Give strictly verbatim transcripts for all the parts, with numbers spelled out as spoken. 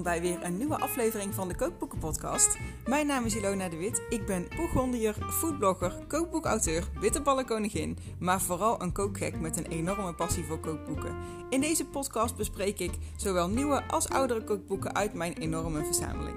bij weer een nieuwe aflevering van de Kookboeken Podcast. Mijn naam is Ilona de Wit. Ik ben Bourgondier, foodblogger, kookboekauteur, bitterballenkoningin, maar vooral een kookgek met een enorme passie voor kookboeken. In deze podcast bespreek ik zowel nieuwe als oudere kookboeken uit mijn enorme verzameling.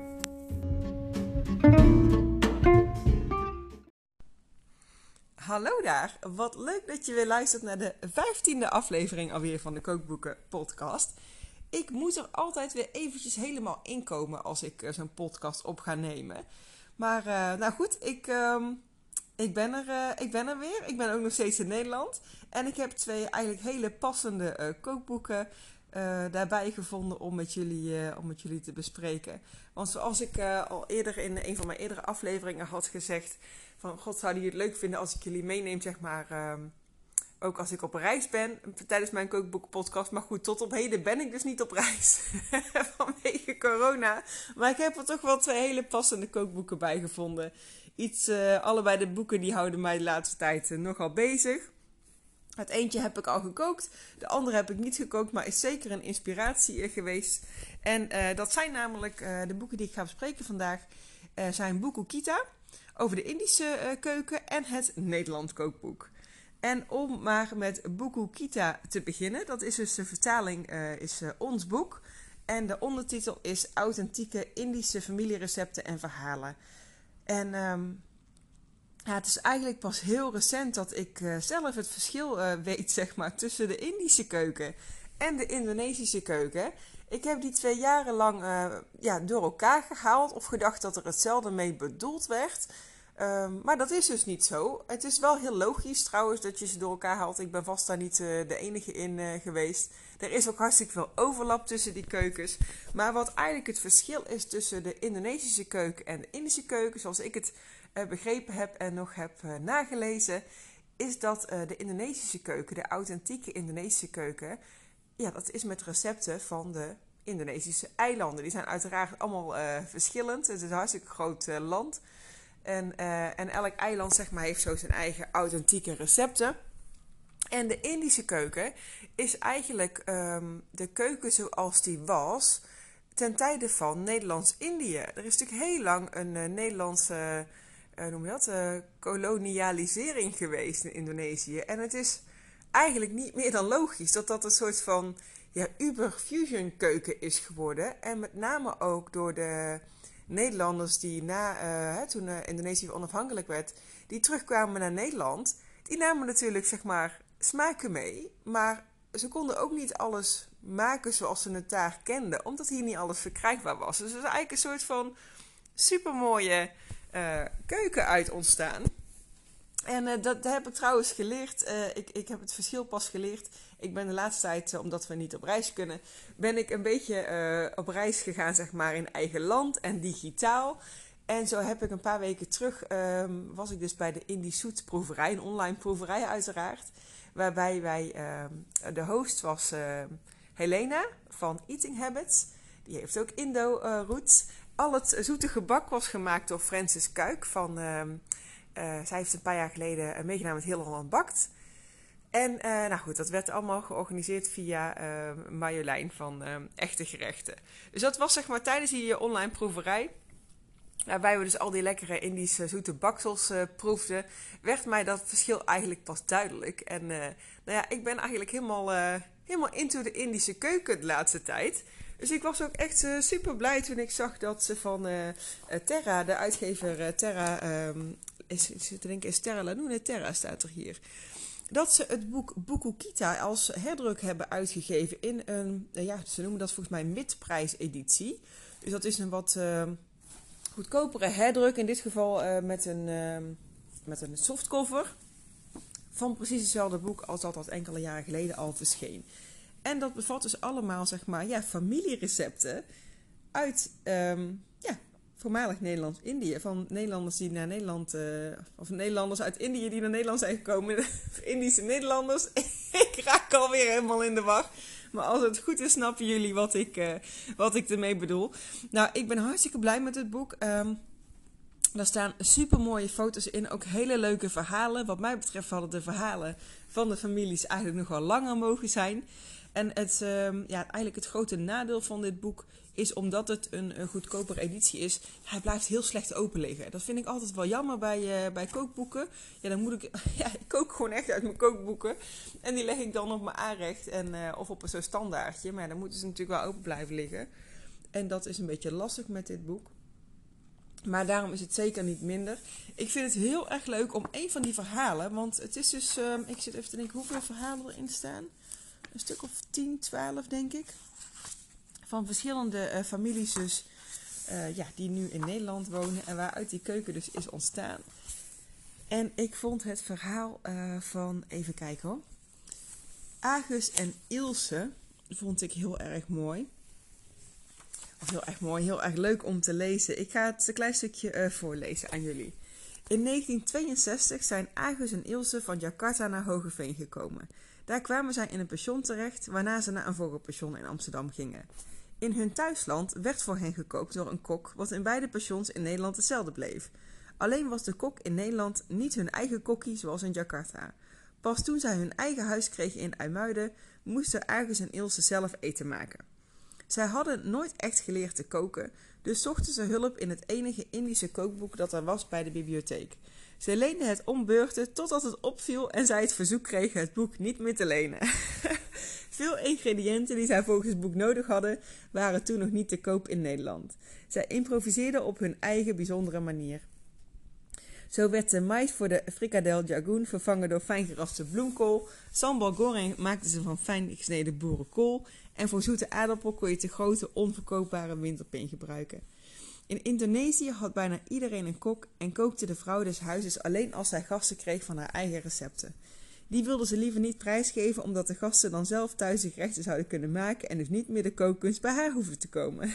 Hallo daar, wat leuk dat je weer luistert naar de vijftiende aflevering alweer van de Kookboeken Podcast. Ik moet er altijd weer eventjes helemaal inkomen als ik uh, zo'n podcast op ga nemen. Maar uh, nou goed, ik, uh, ik, ben er, uh, ik ben er weer. Ik ben ook nog steeds in Nederland. En ik heb twee eigenlijk hele passende uh, kookboeken uh, daarbij gevonden om met, jullie, uh, om met jullie te bespreken. Want zoals ik uh, al eerder in een van mijn eerdere afleveringen had gezegd, van god, zouden jullie het leuk vinden als ik jullie meeneem, zeg maar, uh, ook als ik op reis ben tijdens mijn kookboekenpodcast. Maar goed, tot op heden ben ik dus niet op reis vanwege corona. Maar ik heb er toch wel twee hele passende kookboeken bij gevonden. Iets, uh, allebei de boeken die houden mij de laatste tijd uh, nogal bezig. Het eentje heb ik al gekookt, de andere heb ik niet gekookt, maar is zeker een inspiratie uh, geweest. En uh, dat zijn namelijk uh, de boeken die ik ga bespreken vandaag, uh, zijn Buku Kita over de Indische uh, keuken en het Nederland kookboek. En om maar met Buku Kita te beginnen, dat is dus de vertaling, uh, is uh, ons boek. En de ondertitel is Authentieke Indische familierecepten en verhalen. En um, ja, het is eigenlijk pas heel recent dat ik uh, zelf het verschil uh, weet, zeg maar, tussen de Indische keuken en de Indonesische keuken. Ik heb die twee jaren lang uh, ja, door elkaar gehaald of gedacht dat er hetzelfde mee bedoeld werd. Um, maar dat is dus niet zo. Het is wel heel logisch trouwens dat je ze door elkaar haalt. Ik ben vast daar niet uh, de enige in uh, geweest. Er is ook hartstikke veel overlap tussen die keukens. Maar wat eigenlijk het verschil is tussen de Indonesische keuken en de Indische keuken, zoals ik het uh, begrepen heb en nog heb uh, nagelezen, is dat uh, de Indonesische keuken, de authentieke Indonesische keuken, ja, dat is met recepten van de Indonesische eilanden. Die zijn uiteraard allemaal uh, verschillend. Het is een hartstikke groot uh, land. En, uh, en elk eiland, zeg maar, heeft zo zijn eigen authentieke recepten. En de Indische keuken is eigenlijk um, de keuken zoals die was ten tijde van Nederlands-Indië. Er is natuurlijk heel lang een uh, Nederlandse uh, noem je dat, uh, kolonialisering geweest in Indonesië. En het is eigenlijk niet meer dan logisch dat dat een soort van ja, uber-fusion keuken is geworden. En met name ook door de Nederlanders die na, uh, hè, toen uh, Indonesië onafhankelijk werd, die terugkwamen naar Nederland, die namen natuurlijk, zeg maar, smaken mee, maar ze konden ook niet alles maken zoals ze het daar kenden, omdat hier niet alles verkrijgbaar was. Dus er is eigenlijk een soort van supermooie uh, keuken uit ontstaan. En uh, dat, dat heb ik trouwens geleerd. Uh, ik, ik heb het verschil pas geleerd. Ik ben de laatste tijd, uh, omdat we niet op reis kunnen, ben ik een beetje uh, op reis gegaan, zeg maar, in eigen land en digitaal. En zo heb ik een paar weken terug, um, was ik dus bij de Indie Soet proeverij, een online proeverij uiteraard. Waarbij wij, uh, de host was uh, Helena van Eating Habits. Die heeft ook Indo-roots. Uh, Al het zoete gebak was gemaakt door Francis Kuik van... Uh, Uh, zij heeft een paar jaar geleden uh, meegedaan met Heel Holland Bakt. En uh, nou goed, dat werd allemaal georganiseerd via uh, Marjolein van uh, Echte Gerechten. Dus dat was, zeg maar, tijdens die uh, online proeverij, waarbij we dus al die lekkere Indische zoete baksels uh, proefden, werd mij dat verschil eigenlijk pas duidelijk. En uh, nou ja, ik ben eigenlijk helemaal, uh, helemaal into de Indische keuken de laatste tijd. Dus ik was ook echt uh, super blij toen ik zag dat ze van uh, uh, Terra, de uitgever uh, Terra, um, is, ik zit te denken, is Terra Lanoune, Terra staat er hier, dat ze het boek Buku Kita als herdruk hebben uitgegeven in een, uh, ja, ze noemen dat volgens mij midprijs-editie. Dus dat is een wat uh, goedkopere herdruk, in dit geval uh, met, een, uh, met een softcover van precies hetzelfde boek als dat dat enkele jaren geleden al verscheen. En dat bevat dus allemaal, zeg maar, ja, familierecepten uit um, ja, voormalig Nederlands-Indië. Van Nederlanders die naar Nederland, uh, of Nederlanders uit Indië die naar Nederland zijn gekomen. Indische Nederlanders. Ik raak alweer helemaal in de war. Maar als het goed is, snappen jullie wat ik, uh, wat ik ermee bedoel. Nou, ik ben hartstikke blij met het boek. Um, Daar staan super mooie foto's in, ook hele leuke verhalen. Wat mij betreft hadden de verhalen van de families eigenlijk nog wel langer mogen zijn. En het, um, ja, eigenlijk het grote nadeel van dit boek is omdat het een, een goedkopere editie is. Hij blijft heel slecht open liggen. Dat vind ik altijd wel jammer bij, uh, bij kookboeken. Ja, dan moet ik... Ja, ik kook gewoon echt uit mijn kookboeken. En die leg ik dan op mijn aanrecht en, uh, of op zo'n standaardje. Maar ja, dan moeten ze natuurlijk wel open blijven liggen. En dat is een beetje lastig met dit boek. Maar daarom is het zeker niet minder. Ik vind het heel erg leuk om een van die verhalen... Want het is dus... Uh, ik zit even te denken hoeveel verhalen erin staan. Een stuk of tien, twaalf denk ik. Van verschillende uh, families dus... Uh, ja, die nu in Nederland wonen. En waaruit die keuken dus is ontstaan. En ik vond het verhaal uh, van... Even kijken hoor. Agus en Ilse vond ik heel erg mooi. Of heel erg mooi, heel erg leuk om te lezen. Ik ga het een klein stukje uh, voorlezen aan jullie. In negentien tweeënzestig zijn Agus en Ilse van Jakarta naar Hogeveen gekomen. Daar kwamen zij in een pension terecht, waarna ze naar een vogelpension in Amsterdam gingen. In hun thuisland werd voor hen gekookt door een kok, wat in beide pensions in Nederland hetzelfde bleef. Alleen was de kok in Nederland niet hun eigen kokkie zoals in Jakarta. Pas toen zij hun eigen huis kregen in IJmuiden, moesten Agus en Ilse zelf eten maken. Zij hadden nooit echt geleerd te koken, dus zochten ze hulp in het enige Indische kookboek dat er was bij de bibliotheek. Ze leenden het om beurten totdat het opviel en zij het verzoek kregen het boek niet meer te lenen. Veel ingrediënten die zij volgens het boek nodig hadden, waren toen nog niet te koop in Nederland. Zij improviseerden op hun eigen bijzondere manier. Zo werd de mais voor de frikadel jagoen vervangen door fijn geraspte bloemkool. Sambal goreng maakten ze van fijn gesneden boerenkool. En voor zoete aardappel kon je de grote onverkoopbare winterpin gebruiken. In Indonesië had bijna iedereen een kok en kookte de vrouw des huizes alleen als zij gasten kreeg van haar eigen recepten. Die wilde ze liever niet prijsgeven omdat de gasten dan zelf thuis de gerechten zouden kunnen maken en dus niet meer de kookkunst bij haar hoefden te komen.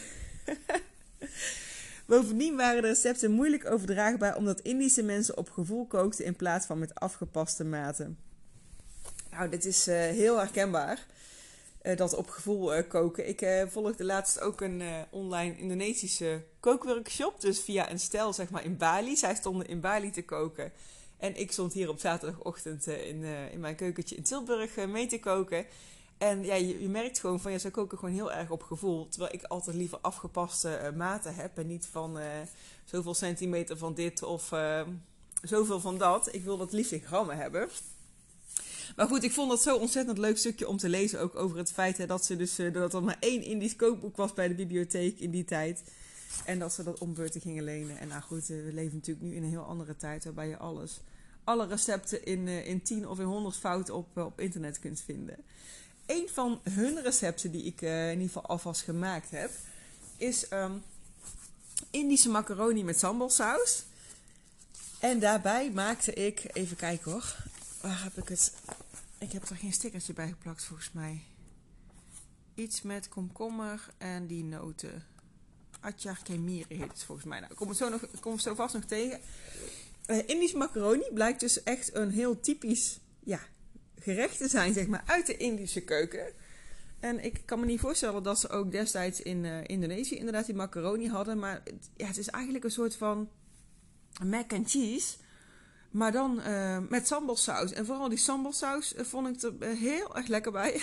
Bovendien waren de recepten moeilijk overdraagbaar omdat Indische mensen op gevoel kookten in plaats van met afgepaste maten. Nou, dit is uh, heel herkenbaar. Uh, dat op gevoel uh, koken. Ik uh, volgde laatst ook een uh, online Indonesische kookworkshop. Dus via een stel zeg maar in Bali. Zij stonden in Bali te koken. En ik stond hier op zaterdagochtend uh, in, uh, in mijn keukentje in Tilburg uh, mee te koken. En ja, je, je merkt gewoon van ja, ze koken gewoon heel erg op gevoel. Terwijl ik altijd liever afgepaste uh, maten heb. En niet van uh, zoveel centimeter van dit of uh, zoveel van dat. Ik wil dat liefst in grammen hebben. Maar goed, ik vond dat zo'n ontzettend leuk stukje om te lezen. Ook over het feit hè, dat, ze dus, uh, dat er maar één Indisch kookboek was bij de bibliotheek in die tijd. En dat ze dat om beurten gingen lenen. En nou goed, uh, we leven natuurlijk nu in een heel andere tijd. Waarbij je alles, alle recepten in, uh, in tien of in honderd fout op, uh, op internet kunt vinden. Een van hun recepten die ik uh, in ieder geval alvast gemaakt heb. Is um, Indische macaroni met sambalsaus. En daarbij maakte ik, even kijken hoor. Waar heb ik het? Ik heb er geen stickertje bij geplakt volgens mij. Iets met komkommer en die noten. Atjar kemiri heet het volgens mij. Nou, ik kom het zo, nog, ik kom het zo vast nog tegen. Uh, Indisch macaroni blijkt dus echt een heel typisch ja, gerecht te zijn, zeg maar, uit de Indische keuken. En ik kan me niet voorstellen dat ze ook destijds in uh, Indonesië inderdaad die macaroni hadden. Maar het, ja, het is eigenlijk een soort van mac and cheese. Maar dan uh, met sambalsaus. En vooral die sambalsaus uh, vond ik er uh, heel erg lekker bij.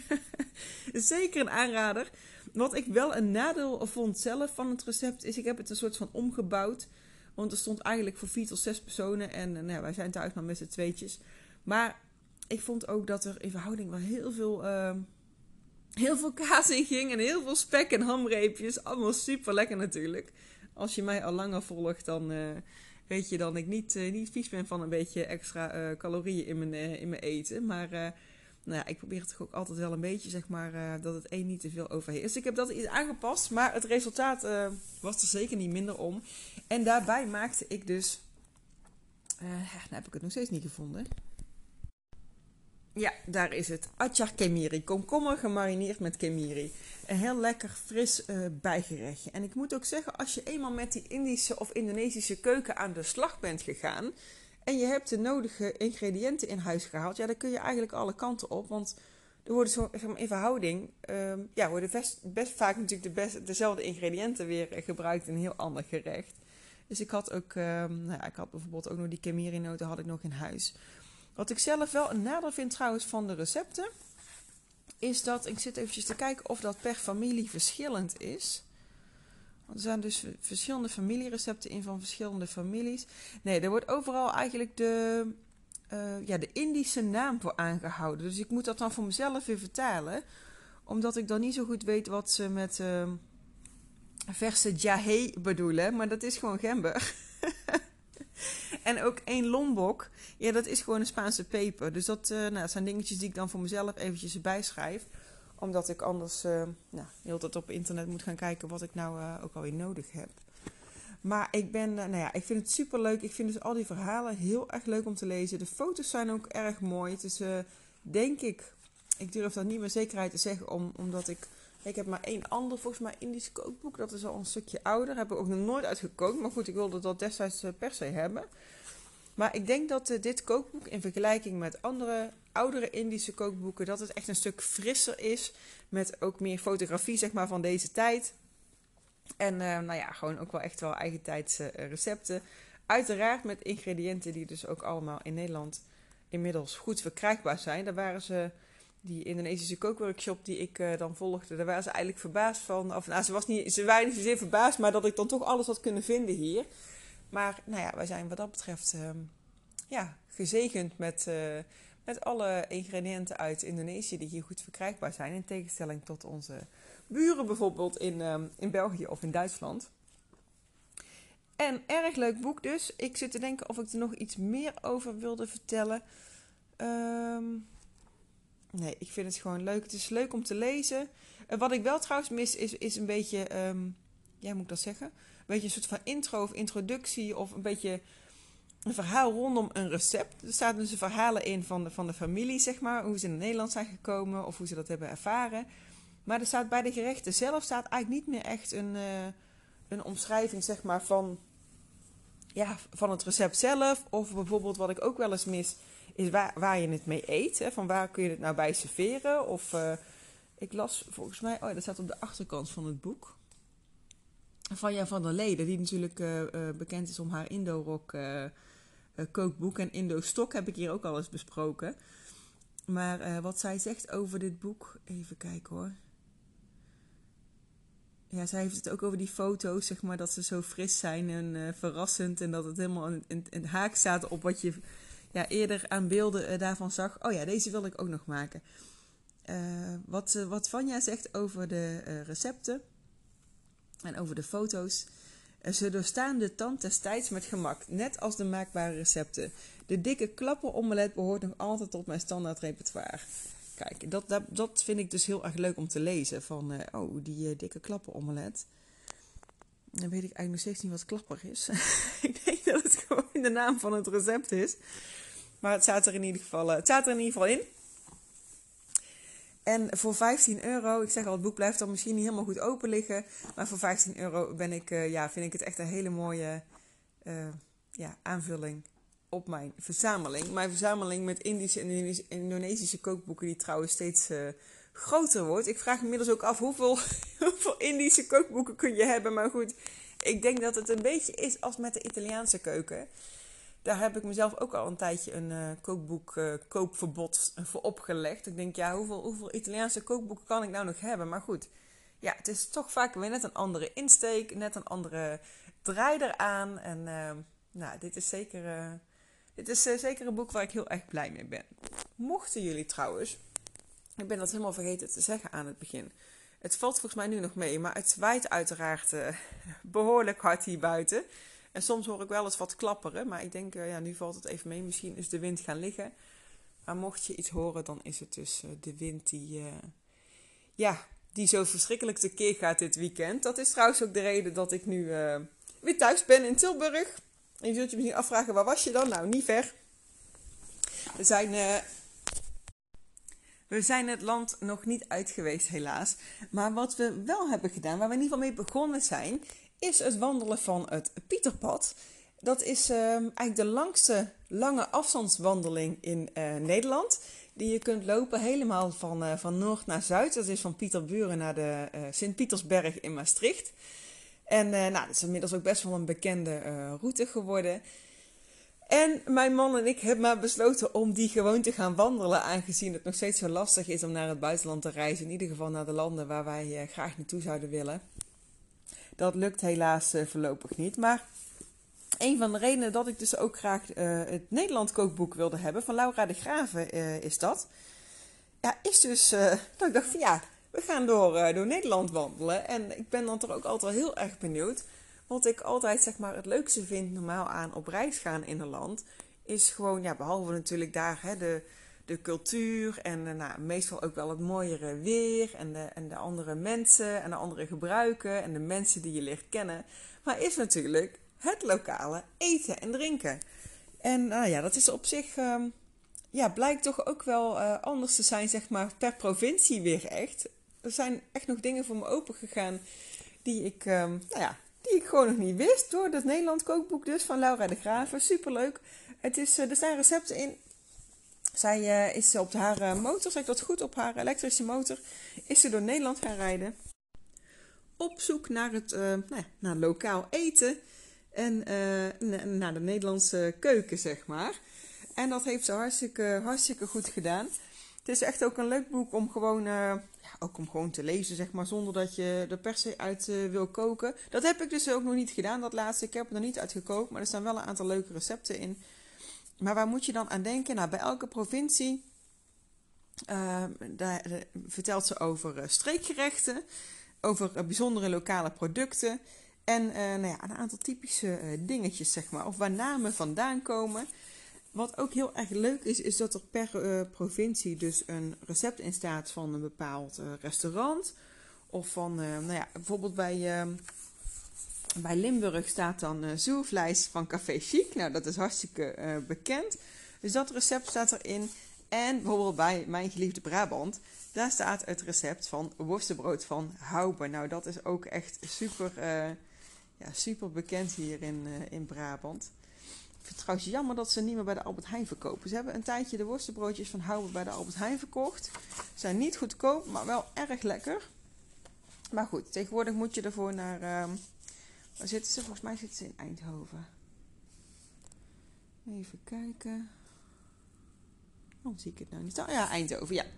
Zeker een aanrader. Wat ik wel een nadeel vond zelf van het recept is, ik heb het een soort van omgebouwd. Want er stond eigenlijk voor vier tot zes personen. En uh, nou, wij zijn thuis maar met z'n tweetjes. Maar ik vond ook dat er in verhouding wel heel veel, uh, heel veel kaas in ging. En heel veel spek en hamreepjes. Allemaal super lekker natuurlijk. Als je mij al langer volgt, dan uh, weet je dat ik niet, uh, niet vies ben van een beetje extra uh, calorieën in mijn, uh, in mijn eten. Maar uh, nou ja, ik probeer het toch ook altijd wel een beetje, zeg maar, uh, dat het één niet te veel overheerst. Dus ik heb dat iets aangepast, maar het resultaat uh, was er zeker niet minder om. En daarbij maakte ik dus, uh, nou heb ik het nog steeds niet gevonden. Ja, daar is het. Atjar kemiri. Komkommer gemarineerd met kemiri. Een heel lekker fris uh, bijgerechtje. En ik moet ook zeggen, als je eenmaal met die Indische of Indonesische keuken aan de slag bent gegaan en je hebt de nodige ingrediënten in huis gehaald, ja, dan kun je eigenlijk alle kanten op. Want er worden zo, zeg maar, in verhouding, uh, ja, worden best, best vaak natuurlijk de best, dezelfde ingrediënten weer gebruikt in een heel ander gerecht. Dus ik had ook, uh, nou ja, ik had bijvoorbeeld ook nog die kemiri-noten had ik nog in huis. Wat ik zelf wel een nadeel vind trouwens van de recepten, is dat, ik zit eventjes te kijken of dat per familie verschillend is. Want er zijn dus verschillende familierecepten in van verschillende families. Nee, er wordt overal eigenlijk de, uh, ja, de Indische naam voor aangehouden. Dus ik moet dat dan voor mezelf weer vertalen. Omdat ik dan niet zo goed weet wat ze met uh, verse jahe bedoelen. Maar dat is gewoon gember. En ook één lombok. Ja, dat is gewoon een Spaanse peper. Dus dat, uh, nou, dat zijn dingetjes die ik dan voor mezelf eventjes erbij schrijf. Omdat ik anders uh, nou, heel tijd op internet moet gaan kijken wat ik nou uh, ook alweer nodig heb. Maar ik ben, uh, nou ja, ik vind het super leuk. Ik vind dus al die verhalen heel erg leuk om te lezen. De foto's zijn ook erg mooi. Het is, uh, denk ik, ik durf dat niet met zekerheid te zeggen, om, omdat ik, ik heb maar één ander, volgens mij, Indisch kookboek. Dat is al een stukje ouder. Heb ik ook nog nooit uitgekookt. Maar goed, ik wilde dat destijds uh, per se hebben. Maar ik denk dat uh, dit kookboek in vergelijking met andere oudere Indische kookboeken, dat het echt een stuk frisser is. Met ook meer fotografie, zeg maar, van deze tijd. En uh, nou ja, gewoon ook wel echt wel eigentijdse uh, recepten. Uiteraard met ingrediënten die dus ook allemaal in Nederland inmiddels goed verkrijgbaar zijn. Daar waren ze, die Indonesische kookworkshop die ik uh, dan volgde, daar waren ze eigenlijk verbaasd van. Of nou, ze, was niet, ze waren niet zozeer verbaasd, maar dat ik dan toch alles had kunnen vinden hier. Maar nou ja, wij zijn wat dat betreft uh, ja, gezegend met, uh, met alle ingrediënten uit Indonesië die hier goed verkrijgbaar zijn. In tegenstelling tot onze buren bijvoorbeeld in, uh, in België of in Duitsland. En erg leuk boek dus. Ik zit te denken of ik er nog iets meer over wilde vertellen. Um, nee, ik vind het gewoon leuk. Het is leuk om te lezen. Uh, wat ik wel trouwens mis is, is een beetje, um, ja, hoe moet ik dat zeggen? Een beetje een soort van intro of introductie of een beetje een verhaal rondom een recept. Er staan dus verhalen in van de, van de familie, zeg maar. Hoe ze in Nederland zijn gekomen of hoe ze dat hebben ervaren. Maar er staat bij de gerechten zelf staat eigenlijk niet meer echt een, uh, een omschrijving, zeg maar, van, ja, van het recept zelf. Of bijvoorbeeld wat ik ook wel eens mis, is waar, waar je het mee eet. Hè? Van waar kun je het nou bij serveren? Of uh, ik las volgens mij, oh, dat staat op de achterkant van het boek. Van Jan van der Leden, die natuurlijk uh, uh, bekend is om haar Indo-rock uh, uh, kookboek. En Indo-stok heb ik hier ook al eens besproken. Maar uh, wat zij zegt over dit boek, even kijken hoor. Ja, zij heeft het ook over die foto's, zeg maar, dat ze zo fris zijn en uh, verrassend. En dat het helemaal in, in, in haak staat op wat je ja, eerder aan beelden uh, daarvan zag. Oh ja, deze wil ik ook nog maken. Uh, wat, uh, wat Vanja zegt over de uh, recepten en over de foto's. Uh, ze doorstaan de tand des tijds met gemak, net als de maakbare recepten. De dikke klapperomelet behoort nog altijd tot mijn standaard repertoire. Kijk, dat, dat, dat vind ik dus heel erg leuk om te lezen. Van, uh, oh, die uh, dikke klapperomelet. Dan weet ik eigenlijk nog steeds niet wat klapper is. Ik denk dat het gewoon de naam van het recept is. Maar het staat er in ieder geval, uh, het staat er in ieder geval in. En voor vijftien euro, ik zeg al, het boek blijft dan misschien niet helemaal goed open liggen. Maar voor vijftien euro ben ik, uh, ja, vind ik het echt een hele mooie uh, ja, aanvulling op mijn verzameling. Mijn verzameling met Indische en Indonesische kookboeken die trouwens steeds uh, groter wordt. Ik vraag me inmiddels ook af hoeveel, hoeveel Indische kookboeken kun je hebben. Maar goed, ik denk dat het een beetje is als met de Italiaanse keuken. Daar heb ik mezelf ook al een tijdje een uh, kookboek uh, koopverbod voor opgelegd. Ik denk, ja, hoeveel, hoeveel Italiaanse kookboeken kan ik nou nog hebben? Maar goed, ja, het is toch vaak weer net een andere insteek, net een andere draai eraan. En uh, nou, dit is zeker... Uh, Dit is uh, zeker een boek waar ik heel erg blij mee ben. Mochten jullie trouwens, ik ben dat helemaal vergeten te zeggen aan het begin. Het valt volgens mij nu nog mee, maar het waait uiteraard uh, behoorlijk hard hier buiten. En soms hoor ik wel eens wat klapperen, maar ik denk, uh, ja, nu valt het even mee. Misschien is de wind gaan liggen. Maar mocht je iets horen, dan is het dus uh, de wind die, uh, ja, die zo verschrikkelijk tekeer gaat dit weekend. Dat is trouwens ook de reden dat ik nu uh, weer thuis ben in Tilburg. En je zult je misschien afvragen, waar was je dan? Nou, niet ver. We zijn, uh, we zijn het land nog niet uit geweest, helaas. Maar wat we wel hebben gedaan, waar we in ieder geval mee begonnen zijn, is het wandelen van het Pieterpad. Dat is uh, eigenlijk de langste lange afstandswandeling in uh, Nederland. Die je kunt lopen helemaal van, uh, van noord naar zuid. Dat is van Pieterburen naar de uh, Sint-Pietersberg in Maastricht. En uh, nou, dat is inmiddels ook best wel een bekende uh, route geworden. En mijn man en ik hebben maar besloten om die gewoon te gaan wandelen. Aangezien het nog steeds zo lastig is om naar het buitenland te reizen. In ieder geval naar de landen waar wij uh, graag naartoe zouden willen. Dat lukt helaas uh, voorlopig niet. Maar een van de redenen dat ik dus ook graag uh, het Nederland kookboek wilde hebben. Van Laura de Graven uh, is dat. Ja, is dus uh, dat ik dacht van ja, we gaan door, uh, door Nederland wandelen. En ik ben dan toch ook altijd wel heel erg benieuwd. Wat ik altijd zeg maar het leukste vind normaal aan op reis gaan in een land. Is gewoon, ja, behalve natuurlijk daar hè, de, de cultuur. En uh, nou, meestal ook wel het mooiere weer. En de, en de andere mensen en de andere gebruiken. En de mensen die je leert kennen. Maar is natuurlijk het lokale eten en drinken. En nou uh, ja, dat is op zich... Um, Ja, blijkt toch ook wel uh, anders te zijn, zeg maar, per provincie weer echt. Er zijn echt nog dingen voor me opengegaan die ik, um, nou ja, die ik gewoon nog niet wist. Door dat Nederland kookboek dus van Laura de Graven. Superleuk. Het is, uh, er staan recepten in. Zij uh, is op haar uh, motor, zeg ik dat goed, op haar elektrische motor, is ze door Nederland gaan rijden. Op zoek naar het uh, nou ja, naar lokaal eten en uh, naar de Nederlandse keuken, zeg maar. En dat heeft ze hartstikke, hartstikke goed gedaan. Het is echt ook een leuk boek om gewoon, uh, ja, ook om gewoon te lezen, zeg maar, zonder dat je er per se uit uh, wil koken. Dat heb ik dus ook nog niet gedaan, dat laatste. Ik heb er nog niet uit gekookt, maar er staan wel een aantal leuke recepten in. Maar waar moet je dan aan denken? Nou, bij elke provincie uh, daar, uh, vertelt ze over uh, streekgerechten, over uh, bijzondere lokale producten en uh, nou ja, een aantal typische uh, dingetjes, zeg maar, of waar namen vandaan komen. Wat ook heel erg leuk is, is dat er per uh, provincie dus een recept in staat van een bepaald uh, restaurant. Of van, uh, nou ja, bijvoorbeeld bij, uh, bij Limburg staat dan uh, zoervlees van Café Chic. Nou, dat is hartstikke uh, bekend. Dus dat recept staat erin. En bijvoorbeeld bij Mijn Geliefde Brabant, daar staat het recept van worstenbrood van Hoube. Nou, dat is ook echt super, uh, ja, super bekend hier in, uh, in Brabant. Ik vind het trouwens jammer dat ze niet meer bij de Albert Heijn verkopen. Ze hebben een tijdje de worstenbroodjes van Hoube bij de Albert Heijn verkocht. Ze zijn niet goedkoop, maar wel erg lekker. Maar goed, tegenwoordig moet je ervoor naar... Uh, waar zitten ze? Volgens mij zitten ze in Eindhoven. Even kijken. Dan zie ik het nou niet. Oh ja, Eindhoven, ja.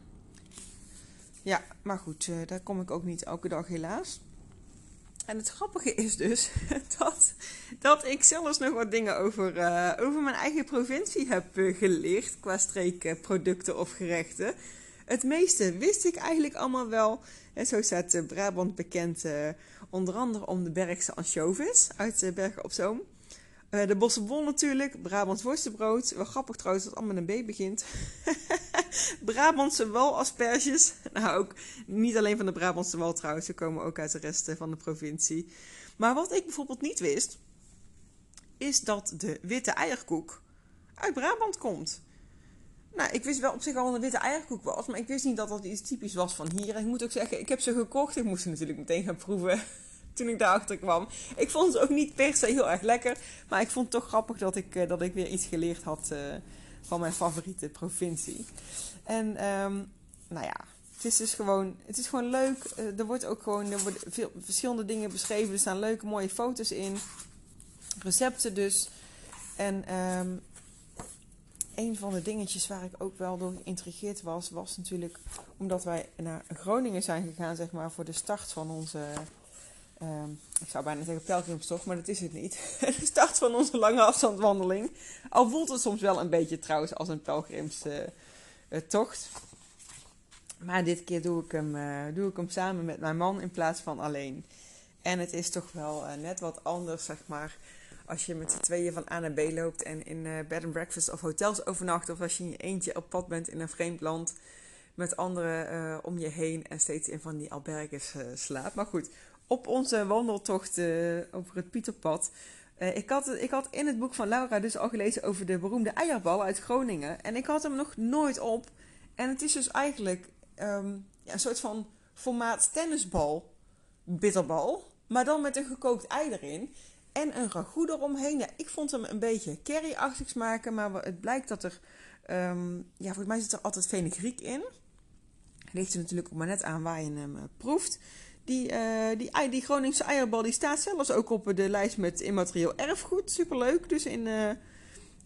Ja, maar goed, uh, daar kom ik ook niet elke dag helaas. En het grappige is dus dat, dat ik zelfs nog wat dingen over, uh, over mijn eigen provincie heb uh, geleerd qua streekproducten of gerechten. Het meeste wist ik eigenlijk allemaal wel. En zo staat uh, Brabant bekend uh, onder andere om de Bergse ansjovis uit uh, Bergen op Zoom. Uh, de bossenbol natuurlijk, Brabants worstenbrood. Wel grappig trouwens dat het allemaal met een B begint. Brabantse walasperges. Nou, ook niet alleen van de Brabantse wal trouwens. Ze komen ook uit de rest van de provincie. Maar wat ik bijvoorbeeld niet wist, is dat de witte eierkoek uit Brabant komt. Nou, ik wist wel op zich al wat een witte eierkoek was, maar ik wist niet dat dat iets typisch was van hier. En ik moet ook zeggen, ik heb ze gekocht. Ik moest ze natuurlijk meteen gaan proeven toen ik daarachter kwam. Ik vond ze ook niet per se heel erg lekker, maar ik vond het toch grappig dat ik, dat ik weer iets geleerd had uh, van mijn favoriete provincie. En um, nou ja, het is dus gewoon, het is gewoon leuk. Uh, er wordt ook gewoon, er worden veel verschillende dingen beschreven. Er staan leuke mooie foto's in. Recepten dus. En um, een van de dingetjes waar ik ook wel door geïntrigeerd was, was natuurlijk omdat wij naar Groningen zijn gegaan, zeg maar, voor de start van onze... Um, ik zou bijna zeggen pelgrimstocht, maar dat is het niet. De start van onze lange afstandwandeling. Al voelt het soms wel een beetje trouwens als een pelgrimstocht. Uh, maar dit keer doe ik, hem, uh, doe ik hem samen met mijn man in plaats van alleen. En het is toch wel uh, net wat anders, zeg maar, als je met z'n tweeën van A naar B loopt en in uh, bed and breakfast of hotels overnacht. Of als je in je eentje op pad bent in een vreemd land met anderen uh, om je heen en steeds in van die alberges uh, slaapt. Maar goed, op onze wandeltocht uh, over het Pieterpad. Uh, ik, had, ik had in het boek van Laura dus al gelezen over de beroemde eierbal uit Groningen. En ik had hem nog nooit op. En het is dus eigenlijk um, ja, een soort van formaat tennisbal, bitterbal. Maar dan met een gekookt ei erin. En een ragout eromheen. Ja, ik vond hem een beetje curryachtig smaken. Maar het blijkt dat er... Um, ja, volgens mij zit er altijd fenugreek in. Ligt er natuurlijk ook maar net aan waar je hem uh, proeft. Die, uh, die, die Groningse eierbal die staat zelfs ook op de lijst met immaterieel erfgoed. Superleuk. Dus in, uh,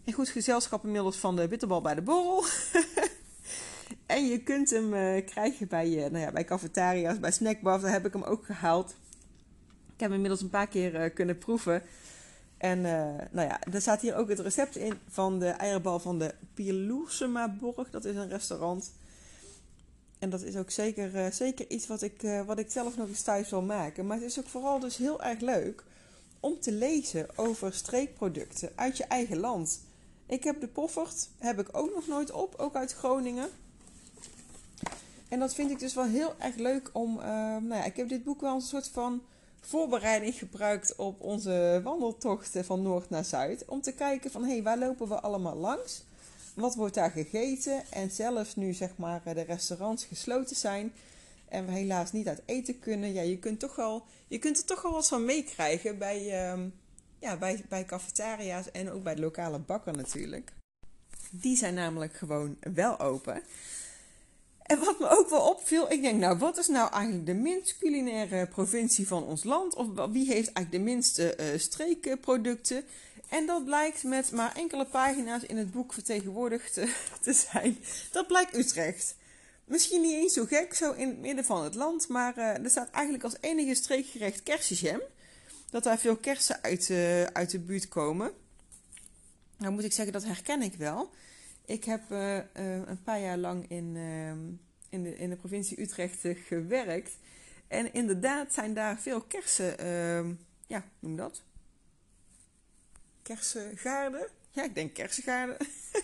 in goed gezelschap inmiddels van de bitterbal bij de borrel. En je kunt hem uh, krijgen bij, uh, nou ja, bij cafetaria's, bij snackbars. Daar heb ik hem ook gehaald. Ik heb hem inmiddels een paar keer uh, kunnen proeven. En uh, nou ja, er staat hier ook het recept in van de eierbal van de Pierloersemaborg. Dat is een restaurant. En dat is ook zeker, uh, zeker iets wat ik, uh, wat ik zelf nog eens thuis wil maken. Maar het is ook vooral dus heel erg leuk om te lezen over streekproducten uit je eigen land. Ik heb de Poffert, heb ik ook nog nooit op, ook uit Groningen. En dat vind ik dus wel heel erg leuk om... Uh, nou ja, ik heb dit boek wel een soort van voorbereiding gebruikt op onze wandeltochten van noord naar zuid. Om te kijken van, hé, hey, waar lopen we allemaal langs? Wat wordt daar gegeten? En zelfs nu zeg maar de restaurants gesloten zijn en we helaas niet uit eten kunnen. Ja, je kunt, toch wel, je kunt er toch wel wat van meekrijgen bij, um, ja, bij, bij cafetaria's en ook bij de lokale bakker natuurlijk. Die zijn namelijk gewoon wel open. En wat me ook wel opviel, ik denk, nou, wat is nou eigenlijk de minst culinaire provincie van ons land? Of wie heeft eigenlijk de minste uh, streekproducten? En dat blijkt met maar enkele pagina's in het boek vertegenwoordigd te, te zijn. Dat blijkt Utrecht. Misschien niet eens zo gek, zo in het midden van het land, maar uh, er staat eigenlijk als enige streekgerecht kersenjam. Dat daar veel kersen uit, uh, uit de buurt komen. Nou moet ik zeggen, dat herken ik wel. Ik heb uh, uh, een paar jaar lang in, uh, in, de, in de provincie Utrecht uh, gewerkt. En inderdaad zijn daar veel kersen, uh, ja, noem dat? Kersengaarden? Ja, ik denk kersengaarden.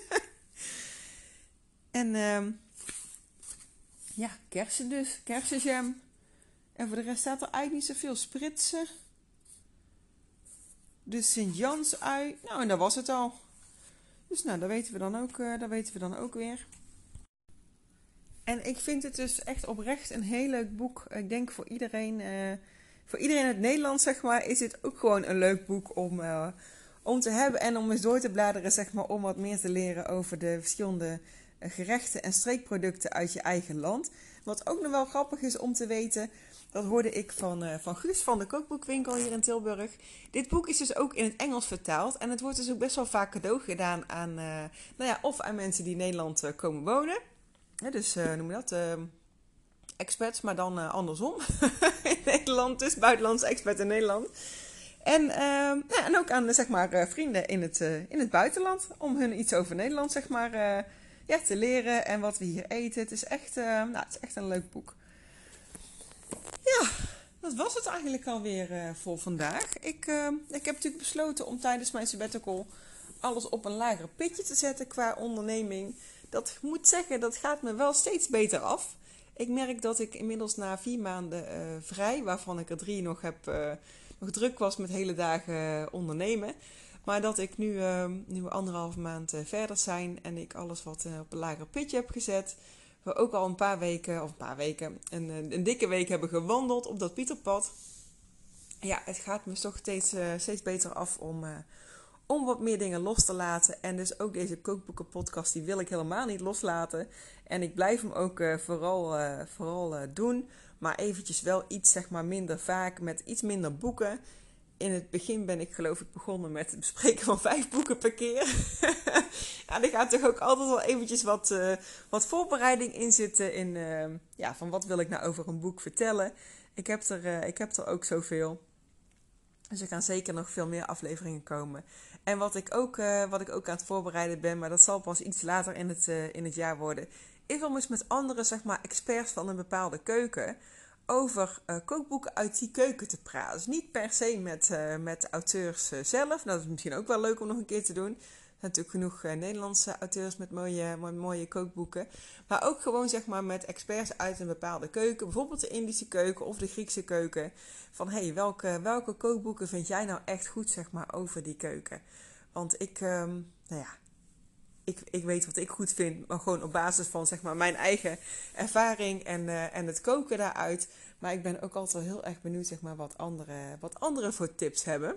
en uh, ja, kersen dus, kersenjam. En voor de rest staat er eigenlijk niet zoveel. Spritsen. De Sint-Jans-ui. Nou, en dat was het al. Dus nou, dat weten we dan ook, uh, dat weten we dan ook weer. En ik vind het dus echt oprecht een heel leuk boek. Ik denk voor iedereen, uh, voor iedereen in het Nederlands, zeg maar, is dit ook gewoon een leuk boek om, uh, om te hebben. En om eens door te bladeren, zeg maar, om wat meer te leren over de verschillende uh, gerechten en streekproducten uit je eigen land. Wat ook nog wel grappig is om te weten, dat hoorde ik van, uh, van Guus van de kookboekwinkel hier in Tilburg. Dit boek is dus ook in het Engels vertaald. En het wordt dus ook best wel vaak cadeau gedaan aan, uh, nou ja, of aan mensen die in Nederland uh, komen wonen. Ja, dus uh, noem je dat, uh, expats, maar dan uh, andersom. in Nederland, dus buitenlandse expert in Nederland. En, uh, ja, en ook aan zeg maar, uh, vrienden in het, uh, in het buitenland. Om hun iets over Nederland zeg maar, uh, ja, te leren en wat we hier eten. Het is echt, uh, nou, het is echt een leuk boek. Ja, dat was het eigenlijk alweer uh, voor vandaag. Ik, uh, ik heb natuurlijk besloten om tijdens mijn sabbatical alles op een lager pitje te zetten qua onderneming. Dat moet zeggen, dat gaat me wel steeds beter af. Ik merk dat ik inmiddels na vier maanden uh, vrij, waarvan ik er drie nog, heb, uh, nog druk was met hele dagen uh, ondernemen. Maar dat ik nu, uh, nu we anderhalve maand uh, verder zijn en ik alles wat uh, op een lager pitje heb gezet. We ook al een paar weken, of een paar weken, een, een dikke week hebben gewandeld op dat Pieterpad. Ja, het gaat me toch steeds, uh, steeds beter af om, uh, om wat meer dingen los te laten. En dus ook deze kookboekenpodcast, die wil ik helemaal niet loslaten. En ik blijf hem ook uh, vooral, uh, vooral uh, doen. Maar eventjes wel iets, zeg maar, minder vaak, met iets minder boeken. In het begin ben ik geloof ik begonnen met het bespreken van vijf boeken per keer. Ja, er gaat toch ook altijd wel eventjes wat, uh, wat voorbereiding in zitten. In, uh, ja, van wat wil ik nou over een boek vertellen. Ik heb er, uh, ik heb er ook zoveel. Dus er gaan zeker nog veel meer afleveringen komen. En wat ik ook, uh, wat ik ook aan het voorbereiden ben, maar dat zal pas iets later in het, uh, in het jaar worden, is om eens met andere, zeg maar, experts van een bepaalde keuken over uh, kookboeken uit die keuken te praten. Dus niet per se met, uh, met de auteurs uh, zelf. Dat is misschien ook wel leuk om nog een keer te doen. Er zijn natuurlijk genoeg uh, Nederlandse auteurs met mooie, mooie, mooie kookboeken. Maar ook gewoon, zeg maar, met experts uit een bepaalde keuken. Bijvoorbeeld de Indische keuken of de Griekse keuken. Van, hé, hey, welke, welke kookboeken vind jij nou echt goed, zeg maar, over die keuken? Want ik, um, nou ja, ik, ik weet wat ik goed vind. Maar gewoon op basis van, zeg maar, mijn eigen ervaring en, uh, en het koken daaruit. Maar ik ben ook altijd wel heel erg benieuwd, zeg maar, wat anderen wat andere voor tips hebben.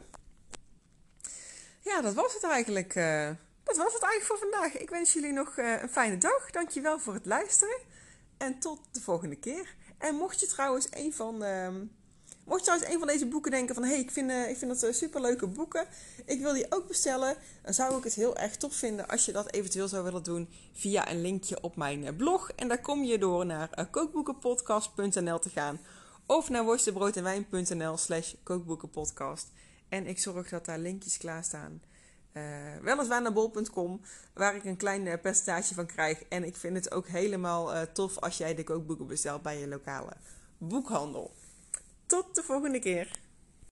Ja, dat was het eigenlijk. Uh, dat was het eigenlijk voor vandaag. Ik wens jullie nog uh, een fijne dag. Dankjewel voor het luisteren. En tot de volgende keer. En mocht je trouwens een van, uh, Mocht je trouwens een van deze boeken denken van... hé, hey, ik vind, uh, ik vind dat uh, superleuke boeken. Ik wil die ook bestellen. Dan zou ik het heel erg tof vinden als je dat eventueel zou willen doen... via een linkje op mijn uh, blog. En daar kom je door naar uh, kookboekenpodcast punt n l te gaan... of naar worstenbroodenwijn.nl slash kookboekenpodcast. En ik zorg dat daar linkjes klaarstaan. Uh, weliswaar naar bol punt com, waar ik een klein uh, percentage van krijg. En ik vind het ook helemaal uh, tof als jij de kookboeken bestelt bij je lokale boekhandel. Tot de volgende keer.